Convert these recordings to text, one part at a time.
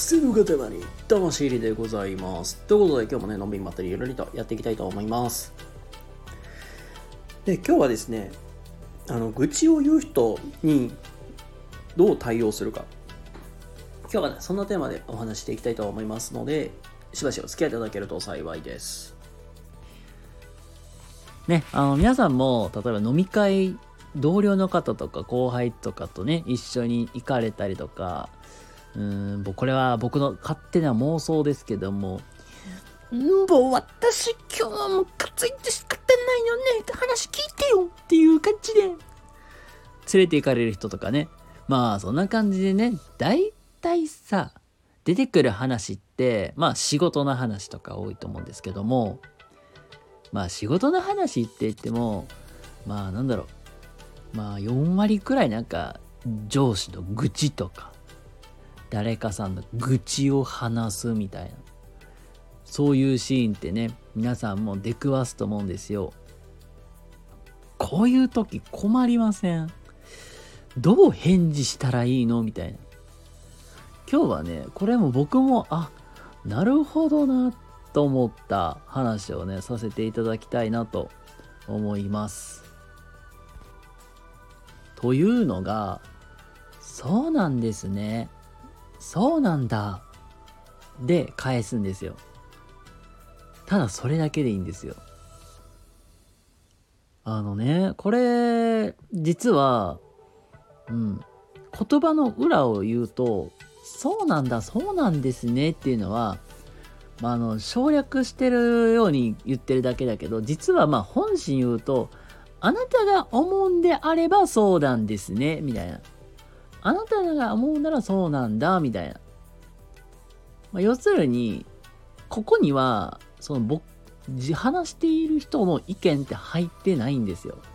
癖の塊魂入りでございます。ということで今日もねのんびりまったりゆるりとやっていきたいと思います。で今日はですね愚痴を言う人にどう対応するか、今日はねそんなテーマでお話していきたいと思いますので、しばしお付き合いいただけると幸いです。 ね、皆さんも例えば飲み会、同僚の方とか後輩とかとね一緒に行かれたりとか、これは僕の勝手な妄想ですけども、もう私今日はもうかついて仕方ないよね、話聞いてよっていう感じで連れて行かれる人とかね、まあそんな感じでね、大体さ出てくる話ってまあ仕事の話とか多いと思うんですけども、まあ仕事の話って言ってもまあなんだろう、まあ4割くらいなんか上司の愚痴とか誰かさんの愚痴を話すみたいな、そういうシーンってね皆さんも出くわすと思うんですよ。こういう時困りません？どう返事したらいいのみたいな。今日はねこれも僕もなるほどなと思った話をねさせていただきたいなと思います。というのが、そうなんですね、そうなんだで返すんですよ。ただそれだけでいいんですよ。これ実は言葉の裏を言うと、そうなんだそうなんですねっていうのは省略してるように言ってるだけだけど、実は本心言うと、あなたが思うんであればそうなんですねみたいな、あなたが思うならそうなんだみたいな、要するにここにはその話している人の意見って入ってないんですよ。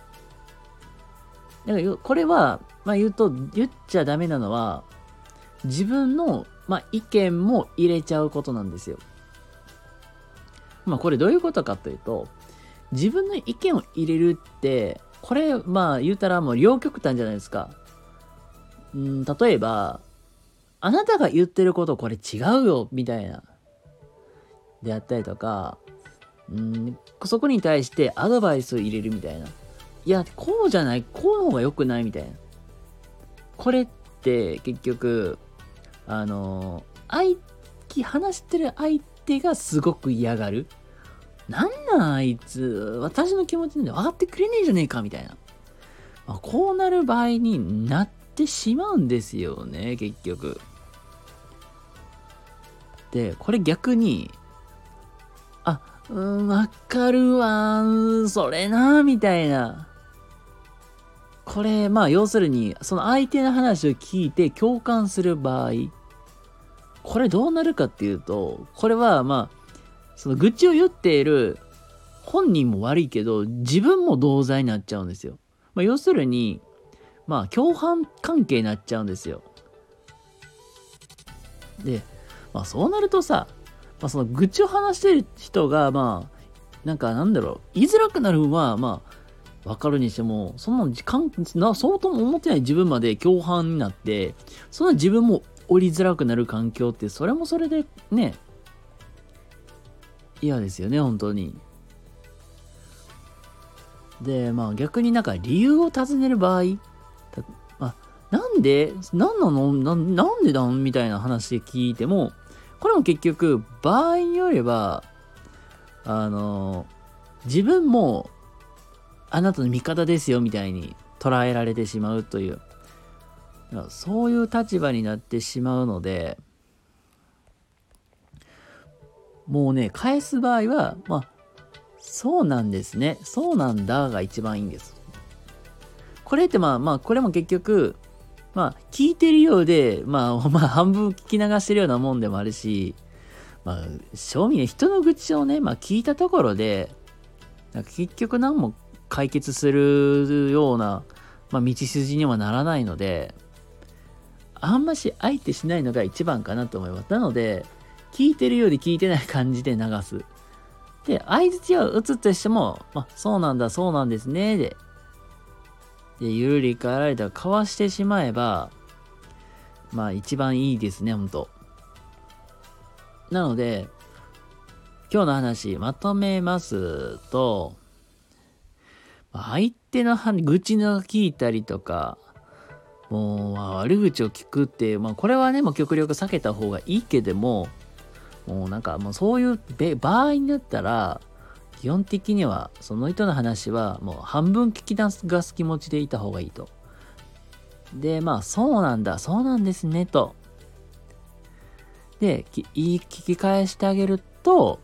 だからこれは言っちゃダメなのは、自分の意見も入れちゃうことなんですよ。これどういうことかというと、自分の意見を入れるってこれ言うたらもう両極端じゃないですか。例えばあなたが言ってることこれ違うよみたいなであったりとか、そこに対してアドバイスを入れるみたいな、いやこうじゃない、こうの方が良くないみたいな、これって結局話してる相手がすごく嫌がる、あいつ私の気持ちで分かってくれねえじゃねえかみたいな、こうなる場合になってしまうんですよね結局。でこれ逆にわかるわそれなみたいな、これ要するにその相手の話を聞いて共感する場合、これどうなるかっていうと、これはその愚痴を言っている本人も悪いけど自分も同罪になっちゃうんですよ。要するに共犯関係になっちゃうんですよ。でそうなるとさ、その愚痴を話してる人が言いづらくなるのは分かるにしても、そんな時間そうとも思ってない自分まで共犯になって、そんな自分も降りづらくなる環境って、それもそれでね嫌ですよね本当に。で逆に理由を尋ねる場合、なんでみたいな話で聞いても、これも結局場合によれば自分もあなたの味方ですよみたいに捉えられてしまうという、そういう立場になってしまうので、もうね返す場合はそうなんですね、そうなんだが一番いいんです。これってこれも結局聞いてるようで半分聞き流してるようなもんでもあるし、正味ね人の愚痴をね聞いたところで結局何も解決するような道筋にはならないので、あんまし相手しないのが一番かなと思います。なので聞いてるようで聞いてない感じで流す。で相槌は打つとしてもそうなんだそうなんですねでゆるりかられたらかわしてしまえば一番いいですね本当。 なので、今日の話まとめますと、相手の愚痴の聞いたりとか、もう悪口を聞くって、これはね、もう極力避けた方がいいけども、もうなんかもうそういう場合になったら、基本的にはその人の話はもう半分聞き出す気持ちでいた方がいいと。で、そうなんだ、そうなんですね、と。で、聞き返してあげると、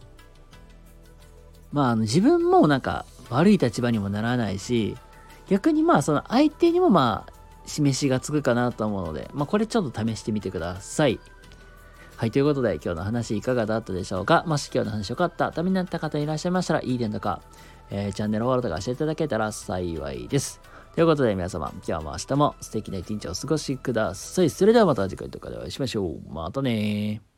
自分もなんか悪い立場にもならないし、逆にその相手にも示しがつくかなと思うので、これちょっと試してみてください。はい、ということで今日の話いかがだったでしょうか。もし今日の話良かった、ためになった方いらっしゃいましたら、いいねとか、チャンネルフォローとかしていただけたら幸いです。ということで皆様、今日も明日も素敵な一日をお過ごしください。それではまた次回とかでお会いしましょう。またねー。